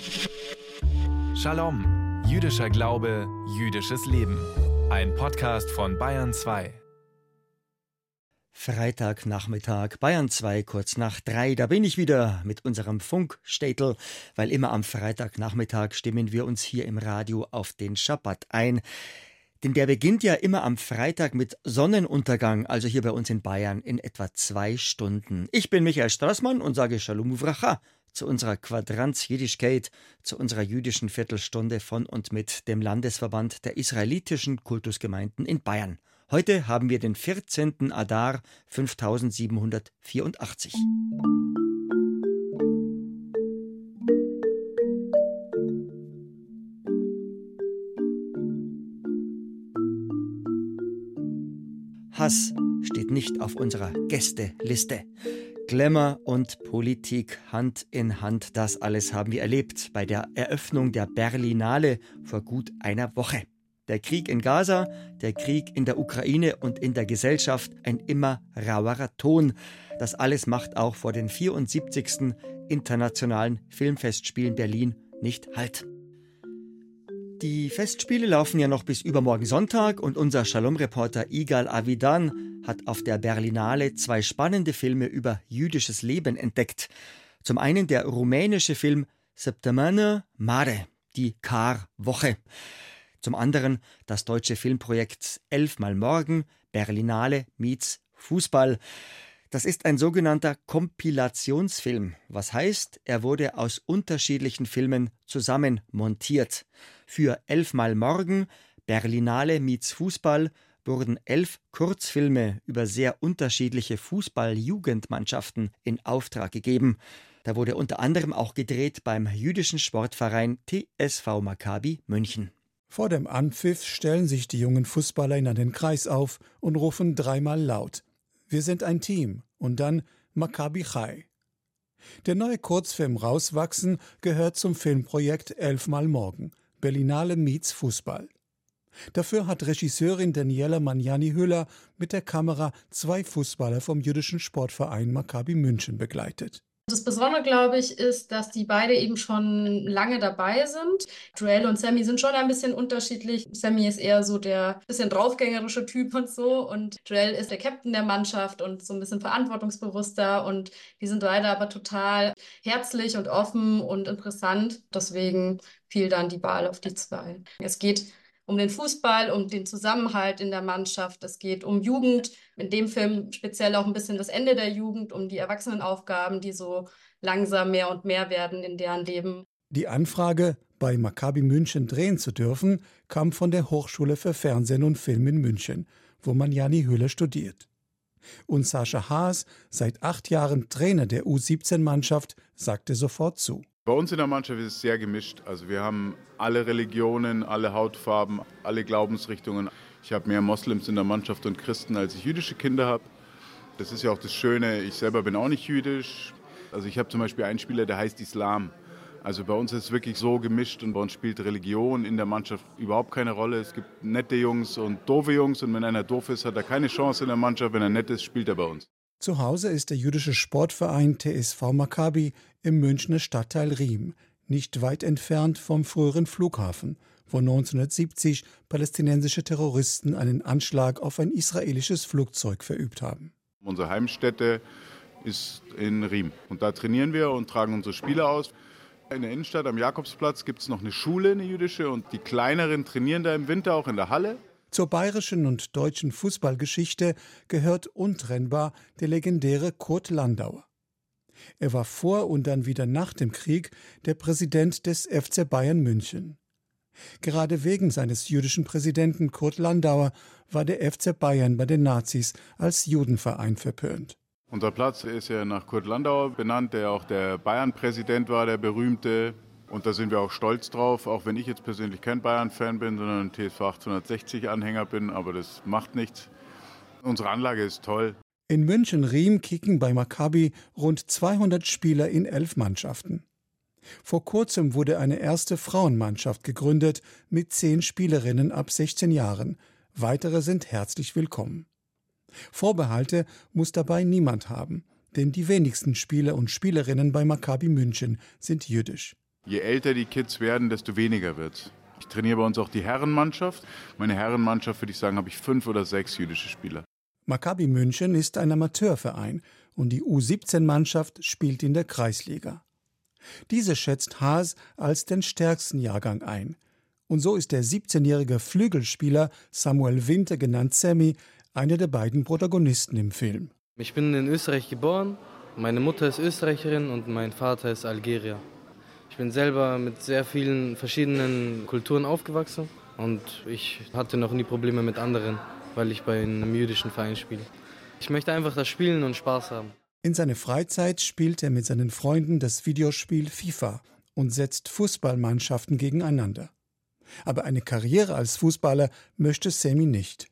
Shalom, jüdischer Glaube, jüdisches Leben. Ein Podcast von Bayern 2. Freitagnachmittag, Bayern 2, kurz nach 3. Da bin ich wieder mit unserem Funkstädtel, weil immer am Freitagnachmittag stimmen wir uns hier im Radio auf den Schabbat ein. Denn der beginnt ja immer am Freitag mit Sonnenuntergang, also hier bei uns in Bayern in etwa 2 Stunden. Ich bin Michael Strassmann und sage Shalom Uvracha zu unserer Quadranz Jiddischkeit, zu unserer jüdischen Viertelstunde von und mit dem Landesverband der israelitischen Kultusgemeinden in Bayern. Heute haben wir den 14. Adar 5784. Hass steht nicht auf unserer Gästeliste. Glamour und Politik Hand in Hand, das alles haben wir erlebt bei der Eröffnung der Berlinale vor gut einer Woche. Der Krieg in Gaza, der Krieg in der Ukraine und in der Gesellschaft, ein immer rauerer Ton. Das alles macht auch vor den 74. Internationalen Filmfestspielen Berlin nicht Halt. Die Festspiele laufen ja noch bis übermorgen Sonntag und unser Shalom-Reporter Igal Avidan hat auf der Berlinale 2 spannende Filme über jüdisches Leben entdeckt. Zum einen der rumänische Film Săptămână Mare, die Karwoche. Zum anderen das deutsche Filmprojekt 11 mal Morgen, Berlinale meets Fußball. Das ist ein sogenannter Kompilationsfilm, was heißt, er wurde aus unterschiedlichen Filmen zusammen montiert. Für 11 mal Morgen, Berlinale meets Fußball, wurden 11 Kurzfilme über sehr unterschiedliche Fußball-Jugendmannschaften in Auftrag gegeben. Da wurde unter anderem auch gedreht beim jüdischen Sportverein TSV Maccabi München. Vor dem Anpfiff stellen sich die jungen Fußballer in einen Kreis auf und rufen 3-mal laut: Wir sind ein Team, und dann Maccabi Chai. Der neue Kurzfilm Rauswachsen gehört zum Filmprojekt 11 mal Morgen, Berlinale meets Fußball. Dafür hat Regisseurin Daniela Magnani-Hüller mit der Kamera 2 Fußballer vom jüdischen Sportverein Maccabi München begleitet. Das Besondere, glaube ich, ist, dass die beide eben schon lange dabei sind. Joel und Sammy sind schon ein bisschen unterschiedlich. Sammy ist eher so der bisschen draufgängerische Typ und so. Und Joel ist der Captain der Mannschaft und so ein bisschen verantwortungsbewusster. Und die sind beide aber total herzlich und offen und interessant. Deswegen fiel dann die Wahl auf die 2. Es geht um den Fußball, um den Zusammenhalt in der Mannschaft. Es geht um Jugend, in dem Film speziell auch ein bisschen das Ende der Jugend, um die Erwachsenenaufgaben, die so langsam mehr und mehr werden in deren Leben. Die Anfrage, bei Maccabi München drehen zu dürfen, kam von der Hochschule für Fernsehen und Film in München, wo Magnani-Hüller studiert. Und Sascha Haas, seit 8 Jahren Trainer der U17-Mannschaft, sagte sofort zu. Bei uns in der Mannschaft ist es sehr gemischt. Also wir haben alle Religionen, alle Hautfarben, alle Glaubensrichtungen. Ich habe mehr Moslems in der Mannschaft und Christen, als ich jüdische Kinder habe. Das ist ja auch das Schöne. Ich selber bin auch nicht jüdisch. Also ich habe zum Beispiel einen Spieler, der heißt Islam. Also bei uns ist es wirklich so gemischt und bei uns spielt Religion in der Mannschaft überhaupt keine Rolle. Es gibt nette Jungs und doofe Jungs und wenn einer doof ist, hat er keine Chance in der Mannschaft. Wenn er nett ist, spielt er bei uns. Zu Hause ist der jüdische Sportverein TSV Maccabi im Münchner Stadtteil Riem, nicht weit entfernt vom früheren Flughafen, wo 1970 palästinensische Terroristen einen Anschlag auf ein israelisches Flugzeug verübt haben. Unsere Heimstätte ist in Riem und da trainieren wir und tragen unsere Spieler aus. In der Innenstadt am Jakobsplatz gibt es noch eine Schule, eine jüdische, und die kleineren trainieren da im Winter auch in der Halle. Zur bayerischen und deutschen Fußballgeschichte gehört untrennbar der legendäre Kurt Landauer. Er war vor und dann wieder nach dem Krieg der Präsident des FC Bayern München. Gerade wegen seines jüdischen Präsidenten Kurt Landauer war der FC Bayern bei den Nazis als Judenverein verpönt. Unser Platz ist ja nach Kurt Landauer benannt, der auch der Bayern-Präsident war, der berühmte. Und da sind wir auch stolz drauf, auch wenn ich jetzt persönlich kein Bayern-Fan bin, sondern ein TSV 1860-Anhänger bin, aber das macht nichts. Unsere Anlage ist toll. In München-Riem kicken bei Maccabi rund 200 Spieler in 11 Mannschaften. Vor kurzem wurde eine erste Frauenmannschaft gegründet mit 10 Spielerinnen ab 16 Jahren. Weitere sind herzlich willkommen. Vorbehalte muss dabei niemand haben, denn die wenigsten Spieler und Spielerinnen bei Maccabi München sind jüdisch. Je älter die Kids werden, desto weniger wird's. Ich trainiere bei uns auch die Herrenmannschaft. Meine Herrenmannschaft, würde ich sagen, habe ich 5 oder 6 jüdische Spieler. Maccabi München ist ein Amateurverein und die U17-Mannschaft spielt in der Kreisliga. Diese schätzt Haas als den stärksten Jahrgang ein. Und so ist der 17-jährige Flügelspieler Samuel Winter, genannt Sammy, einer der beiden Protagonisten im Film. Ich bin in Österreich geboren, meine Mutter ist Österreicherin und mein Vater ist Algerier. Ich bin selber mit sehr vielen verschiedenen Kulturen aufgewachsen und ich hatte noch nie Probleme mit anderen, weil ich bei einem jüdischen Verein spiele. Ich möchte einfach das Spielen und Spaß haben. In seiner Freizeit spielt er mit seinen Freunden das Videospiel FIFA und setzt Fußballmannschaften gegeneinander. Aber eine Karriere als Fußballer möchte Sammy nicht.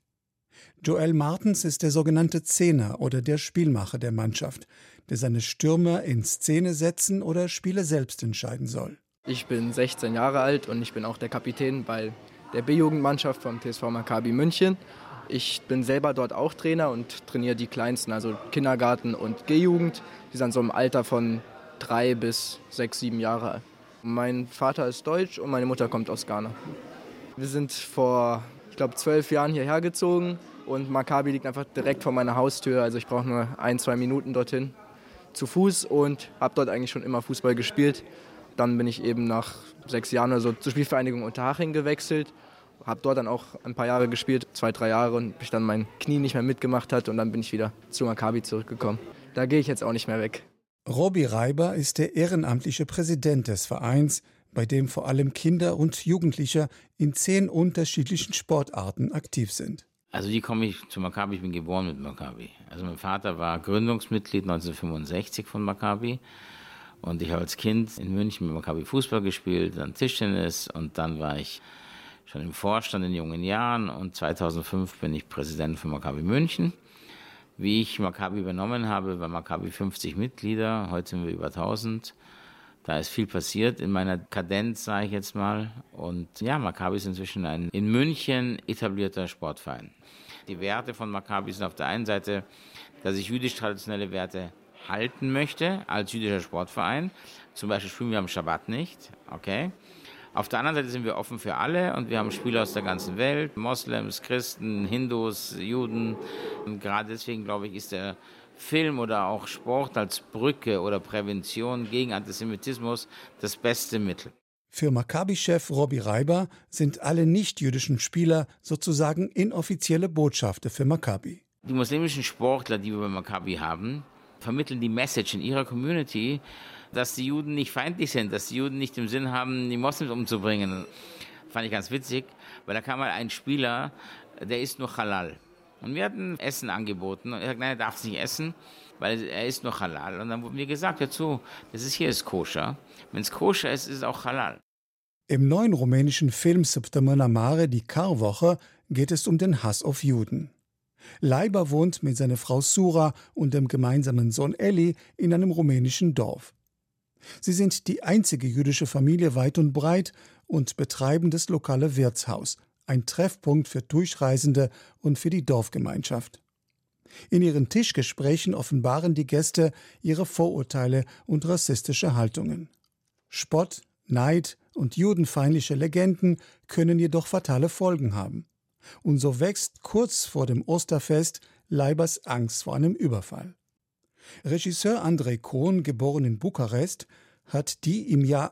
Joel Martens ist der sogenannte Zehner oder der Spielmacher der Mannschaft, der seine Stürmer in Szene setzen oder Spiele selbst entscheiden soll. Ich bin 16 Jahre alt und ich bin auch der Kapitän bei der B-Jugendmannschaft vom TSV Maccabi München. Ich bin selber dort auch Trainer und trainiere die Kleinsten, also Kindergarten und G-Jugend. Die sind so im Alter von 3 bis 6, 7 Jahre alt. Mein Vater ist deutsch und meine Mutter kommt aus Ghana. Wir sind vor, 12 Jahren hierher gezogen und Maccabi liegt einfach direkt vor meiner Haustür. Also ich brauche nur 1-2 Minuten dorthin zu Fuß und habe dort eigentlich schon immer Fußball gespielt. Dann bin ich eben nach 6 Jahren oder so zur Spielvereinigung Unterhaching gewechselt. Habe dort dann auch ein paar Jahre gespielt, 2-3 Jahre, und bis dann mein Knie nicht mehr mitgemacht hat und dann bin ich wieder zu Maccabi zurückgekommen. Da gehe ich jetzt auch nicht mehr weg. Robi Reiber ist der ehrenamtliche Präsident des Vereins, bei dem vor allem Kinder und Jugendliche in 10 unterschiedlichen Sportarten aktiv sind. Also wie komme ich zu Maccabi? Ich bin geboren mit Maccabi. Also mein Vater war Gründungsmitglied 1965 von Maccabi. Und ich habe als Kind in München mit Maccabi Fußball gespielt, dann Tischtennis und dann war ich schon im Vorstand in jungen Jahren und 2005 bin ich Präsident von Maccabi München. Wie ich Maccabi übernommen habe, war Maccabi 50 Mitglieder, heute sind wir über 1000. Da ist viel passiert in meiner Kadenz, sage ich jetzt mal. Und ja, Maccabi ist inzwischen ein in München etablierter Sportverein. Die Werte von Maccabi sind auf der einen Seite, dass ich jüdisch-traditionelle Werte halten möchte als jüdischer Sportverein. Zum Beispiel spielen wir am Schabbat nicht, okay? Auf der anderen Seite sind wir offen für alle und wir haben Spieler aus der ganzen Welt, Moslems, Christen, Hindus, Juden. Und gerade deswegen, glaube ich, ist der Film oder auch Sport als Brücke oder Prävention gegen Antisemitismus das beste Mittel. Für Maccabi-Chef Robi Reiber sind alle nicht-jüdischen Spieler sozusagen inoffizielle Botschafter für Maccabi. Die muslimischen Sportler, die wir bei Maccabi haben, vermitteln die Message in ihrer Community, dass die Juden nicht feindlich sind, dass die Juden nicht im Sinn haben, die Moslems umzubringen. Fand ich ganz witzig, weil da kam mal ein Spieler, der isst nur Halal. Und wir hatten Essen angeboten und er sagt, nein, er darf es nicht essen, weil er isst nur Halal. Und dann wurde mir gesagt, dazu, hier ist koscher. Wenn es koscher ist, ist es auch Halal. Im neuen rumänischen Film Săptămâna Mare, die Karwoche, geht es um den Hass auf Juden. Leiber wohnt mit seiner Frau Sura und dem gemeinsamen Sohn Eli in einem rumänischen Dorf. Sie sind die einzige jüdische Familie weit und breit und betreiben das lokale Wirtshaus, ein Treffpunkt für Durchreisende und für die Dorfgemeinschaft. In ihren Tischgesprächen offenbaren die Gäste ihre Vorurteile und rassistische Haltungen. Spott, Neid und judenfeindliche Legenden können jedoch fatale Folgen haben. Und so wächst kurz vor dem Osterfest Leibers Angst vor einem Überfall. Regisseur Andrei Kohn, geboren in Bukarest, hat die im Jahr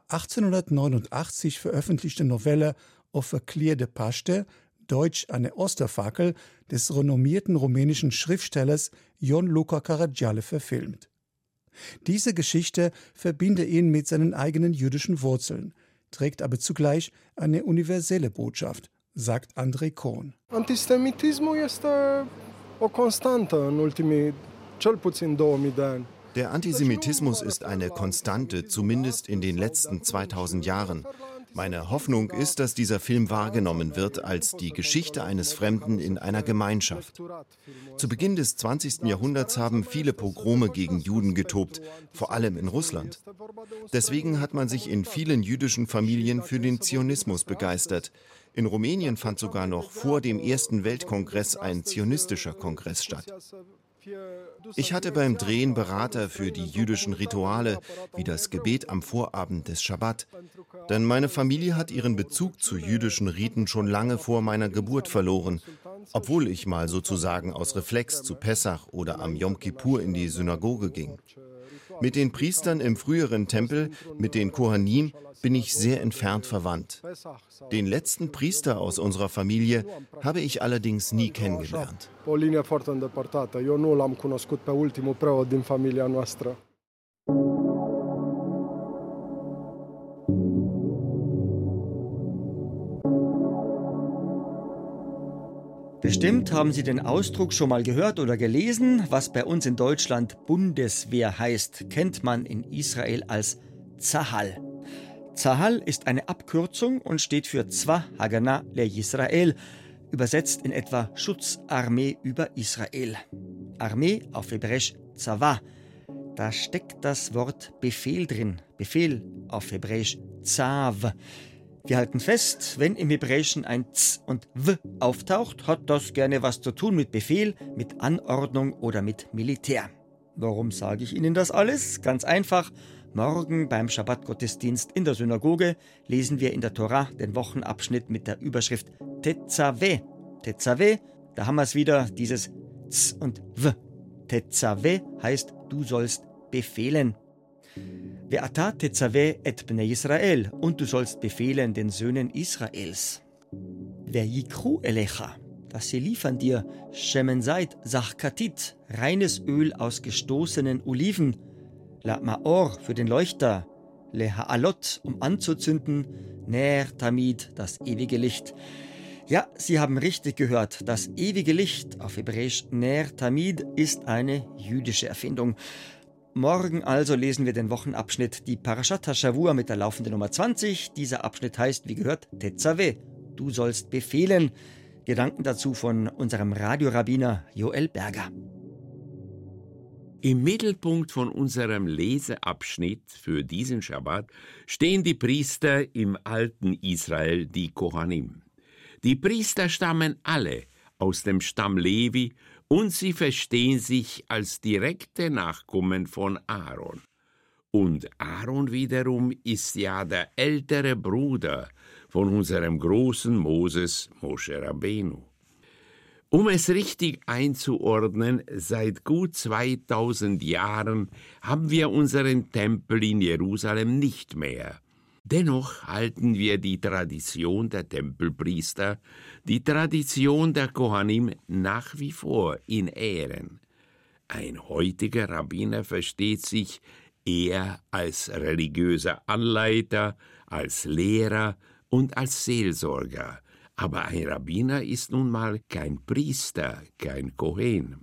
1889 veröffentlichte Novelle O Făclie de Paște, deutsch Eine Osterfackel, des renommierten rumänischen Schriftstellers Ion Luca Caragiale verfilmt. Diese Geschichte verbinde ihn mit seinen eigenen jüdischen Wurzeln, trägt aber zugleich eine universelle Botschaft, sagt Andrei Kohn. Antisemitismul este o constantă în ultimii cel puțin 2000 de ani. Der Antisemitismus ist eine Konstante, zumindest in den letzten 2000 Jahren. Meine Hoffnung ist, dass dieser Film wahrgenommen wird als die Geschichte eines Fremden in einer Gemeinschaft. Zu Beginn des 20. Jahrhunderts haben viele Pogrome gegen Juden getobt, vor allem in Russland. Deswegen hat man sich in vielen jüdischen Familien für den Zionismus begeistert. In Rumänien fand sogar noch vor dem Ersten Weltkongress ein zionistischer Kongress statt. Ich hatte beim Drehen Berater für die jüdischen Rituale, wie das Gebet am Vorabend des Schabbat. Denn meine Familie hat ihren Bezug zu jüdischen Riten schon lange vor meiner Geburt verloren, obwohl ich mal sozusagen aus Reflex zu Pessach oder am Yom Kippur in die Synagoge ging. Mit den Priestern im früheren Tempel, mit den Kohanim, bin ich sehr entfernt verwandt. Den letzten Priester aus unserer Familie habe ich allerdings nie kennengelernt. Bestimmt haben Sie den Ausdruck schon mal gehört oder gelesen. Was bei uns in Deutschland Bundeswehr heißt, kennt man in Israel als Zahal. Zahal ist eine Abkürzung und steht für Zwa Hagana le Yisrael, übersetzt in etwa Schutzarmee über Israel. Armee auf Hebräisch Zawa. Da steckt das Wort Befehl drin. Befehl auf Hebräisch Zav. Wir halten fest, wenn im Hebräischen ein Z und W auftaucht, hat das gerne was zu tun mit Befehl, mit Anordnung oder mit Militär. Warum sage ich Ihnen das alles? Ganz einfach. Morgen beim Schabbat-Gottesdienst in der Synagoge lesen wir in der Tora den Wochenabschnitt mit der Überschrift Tetzaveh. Tetzaveh, da haben wir es wieder, dieses Z und W. Tetzaveh heißt, du sollst befehlen. Ve'ata tetzaveh et bnei Israel, und du sollst befehlen den Söhnen Israels. Ve'yikru elecha, dass sie liefern dir Shemen Zait Sachkatit, reines Öl aus gestoßenen Oliven, La Maor für den Leuchter, Le Ha'alot, um anzuzünden, Ner Tamid, das ewige Licht. Ja, Sie haben richtig gehört, das ewige Licht, auf Hebräisch Ner Tamid, ist eine jüdische Erfindung. Morgen also lesen wir den Wochenabschnitt, die Parashat HaShavua mit der laufenden Nummer 20. Dieser Abschnitt heißt, wie gehört, Tetzaveh, du sollst befehlen. Gedanken dazu von unserem Radiorabbiner Joel Berger. Im Mittelpunkt von unserem Leseabschnitt für diesen Schabbat stehen die Priester im alten Israel, die Kohanim. Die Priester stammen alle aus dem Stamm Levi und sie verstehen sich als direkte Nachkommen von Aaron. Und Aaron wiederum ist ja der ältere Bruder von unserem großen Moses, Moshe Rabbeinu. Um es richtig einzuordnen, seit gut 2000 Jahren haben wir unseren Tempel in Jerusalem nicht mehr. Dennoch halten wir die Tradition der Tempelpriester, die Tradition der Kohanim nach wie vor in Ehren. Ein heutiger Rabbiner versteht sich eher als religiöser Anleiter, als Lehrer und als Seelsorger. Aber ein Rabbiner ist nun mal kein Priester, kein Kohen.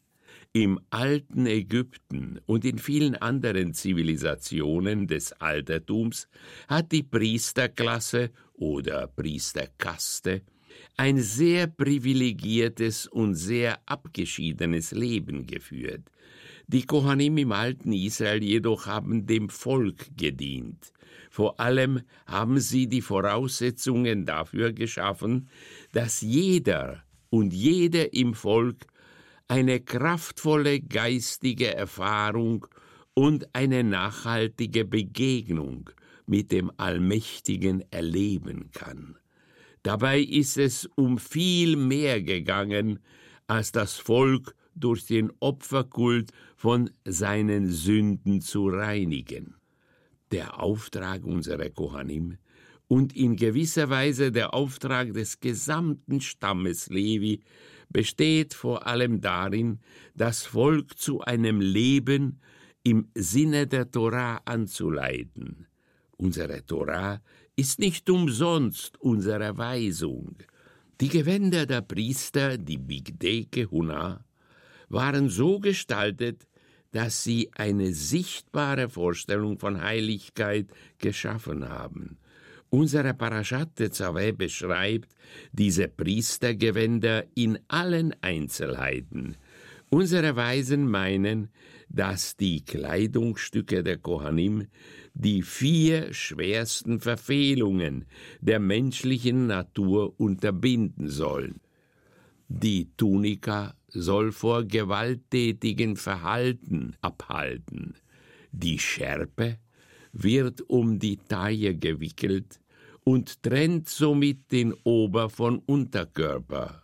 Im alten Ägypten und in vielen anderen Zivilisationen des Altertums hat die Priesterklasse oder Priesterkaste ein sehr privilegiertes und sehr abgeschiedenes Leben geführt. Die Kohanim im alten Israel jedoch haben dem Volk gedient. Vor allem haben sie die Voraussetzungen dafür geschaffen, dass jeder und jede im Volk eine kraftvolle geistige Erfahrung und eine nachhaltige Begegnung mit dem Allmächtigen erleben kann. Dabei ist es um viel mehr gegangen, als das Volk durch den Opferkult von seinen Sünden zu reinigen. Der Auftrag unserer Kohanim und in gewisser Weise der Auftrag des gesamten Stammes Levi besteht vor allem darin, das Volk zu einem Leben im Sinne der Tora anzuleiten. Unsere Tora ist nicht umsonst unsere Weisung. Die Gewänder der Priester, die Bigdei Kehuna, waren so gestaltet, dass sie eine sichtbare Vorstellung von Heiligkeit geschaffen haben. Unsere Parashat Tetzaveh beschreibt diese Priestergewänder in allen Einzelheiten. Unsere Weisen meinen, dass die Kleidungsstücke der Kohanim die 4 schwersten Verfehlungen der menschlichen Natur unterbinden sollen. Die Tunika soll vor gewalttätigem Verhalten abhalten. Die Schärpe wird um die Taille gewickelt und trennt somit den Ober- von Unterkörper.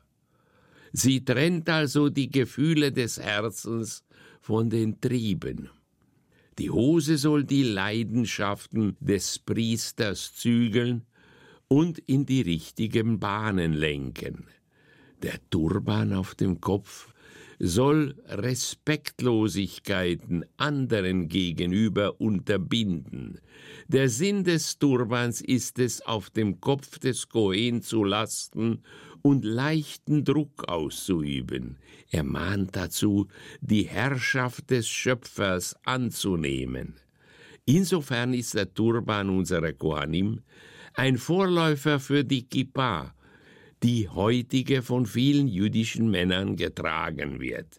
Sie trennt also die Gefühle des Herzens von den Trieben. Die Hose soll die Leidenschaften des Priesters zügeln und in die richtigen Bahnen lenken. Der Turban auf dem Kopf soll Respektlosigkeiten anderen gegenüber unterbinden. Der Sinn des Turbans ist es, auf dem Kopf des Kohen zu lasten und leichten Druck auszuüben. Er mahnt dazu, die Herrschaft des Schöpfers anzunehmen. Insofern ist der Turban unserer Kohanim ein Vorläufer für die Kippa, die heutige von vielen jüdischen Männern getragen wird.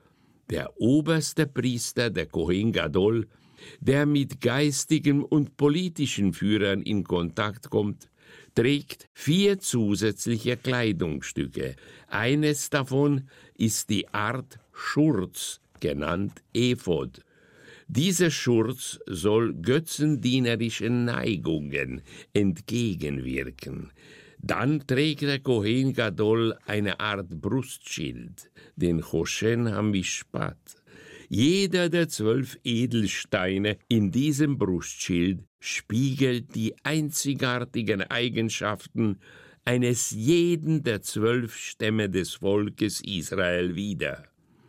Der oberste Priester, der Kohen Gadol, der mit geistigen und politischen Führern in Kontakt kommt, trägt 4 zusätzliche Kleidungsstücke. Eines davon ist die Art Schurz, genannt Ephod. Dieser Schurz soll götzendienerischen Neigungen entgegenwirken. Dann trägt der Kohen Gadol eine Art Brustschild, den Choshen HaMishpat. Jeder der 12 Edelsteine in diesem Brustschild spiegelt die einzigartigen Eigenschaften eines jeden der 12 Stämme des Volkes Israel wider.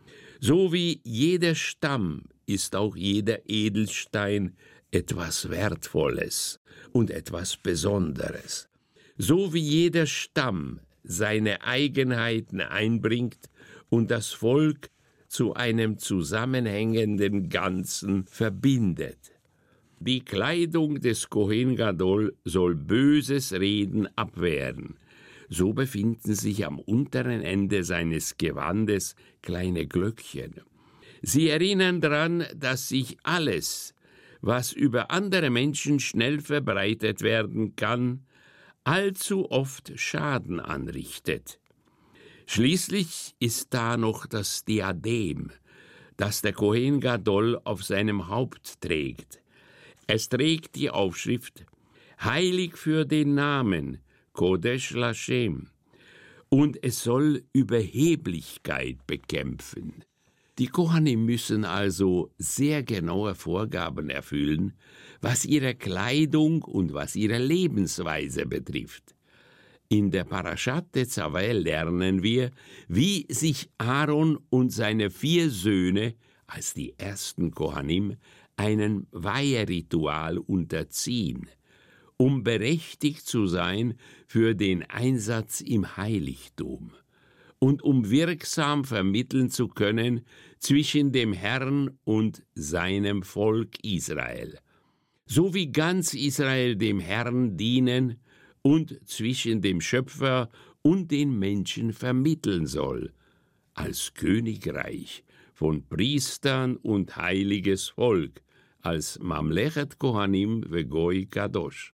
So wie jeder Stamm ist auch jeder Edelstein etwas Wertvolles und etwas Besonderes. So wie jeder Stamm seine Eigenheiten einbringt und das Volk zu einem zusammenhängenden Ganzen verbindet. Die Kleidung des Kohen Gadol soll böses Reden abwehren. So befinden sich am unteren Ende seines Gewandes kleine Glöckchen. Sie erinnern daran, dass sich alles, was über andere Menschen schnell verbreitet werden kann, allzu oft Schaden anrichtet. Schließlich ist da noch das Diadem, das der Kohen Gadol auf seinem Haupt trägt. Es trägt die Aufschrift »Heilig für den Namen, Kodesh Lashem«, und es soll Überheblichkeit bekämpfen. Die Kohanim müssen also sehr genaue Vorgaben erfüllen, was ihre Kleidung und was ihre Lebensweise betrifft. In der Parashat Tetzaveh lernen wir, wie sich Aaron und seine 4 Söhne als die ersten Kohanim einem Weiheritual unterziehen, um berechtigt zu sein für den Einsatz im Heiligtum und um wirksam vermitteln zu können zwischen dem Herrn und seinem Volk Israel, so wie ganz Israel dem Herrn dienen und zwischen dem Schöpfer und den Menschen vermitteln soll, als Königreich von Priestern und heiliges Volk, als Mamlechet Kohanim veGoy Kadosh.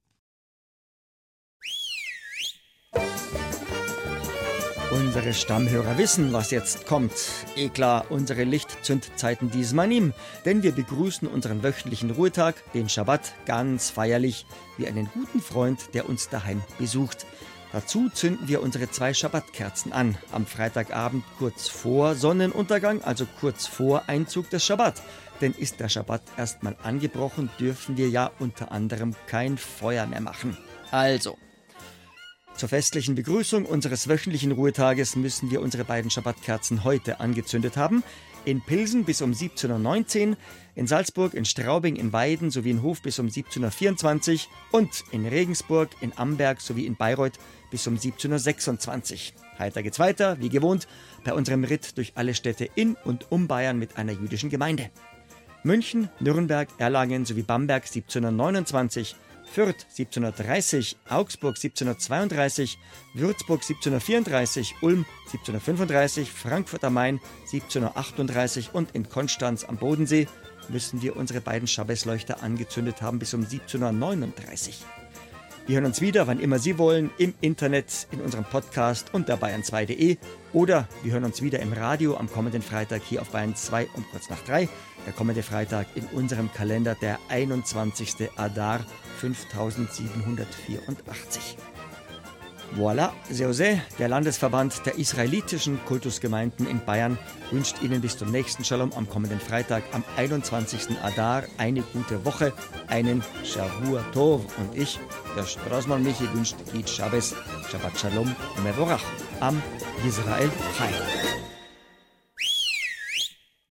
Unsere Stammhörer wissen, was jetzt kommt. Klar, unsere Lichtzündzeiten diesmal, denn wir begrüßen unseren wöchentlichen Ruhetag, den Schabbat, ganz feierlich, wie einen guten Freund, der uns daheim besucht. Dazu zünden wir unsere 2 Schabbatkerzen an, am Freitagabend kurz vor Sonnenuntergang, also kurz vor Einzug des Schabbat. Denn ist der Schabbat erstmal angebrochen, dürfen wir ja unter anderem kein Feuer mehr machen. Also, zur festlichen Begrüßung unseres wöchentlichen Ruhetages müssen wir unsere beiden Schabbatkerzen heute angezündet haben. In Pilsen bis um 17:19 Uhr, in Salzburg, in Straubing, in Weiden sowie in Hof bis um 17:24 Uhr und in Regensburg, in Amberg sowie in Bayreuth bis um 17:26 Uhr. Heiter geht's weiter, wie gewohnt, bei unserem Ritt durch alle Städte in und um Bayern mit einer jüdischen Gemeinde. München, Nürnberg, Erlangen sowie Bamberg 17:29 Uhr, Fürth 17:30, Augsburg 17:32, Würzburg 17:34, Ulm 17:35, Frankfurt am Main 17:38 und in Konstanz am Bodensee müssen wir unsere beiden Schabbesleuchter angezündet haben bis um 17:39. Wir hören uns wieder, wann immer Sie wollen, im Internet, in unserem Podcast und bei bayern2.de. Oder wir hören uns wieder im Radio am kommenden Freitag hier auf Bayern 2 um kurz nach 3. Der kommende Freitag in unserem Kalender der 21. Adar 5784. Voilà, Seose, der Landesverband der israelitischen Kultusgemeinden in Bayern, wünscht Ihnen bis zum nächsten Shalom am kommenden Freitag am 21. Adar eine gute Woche, einen Shavua Tov. Und ich, der Straßmann Michi, wünscht Eid Shabbos, Shabbat Shalom, Mevorach, am Israel Chai.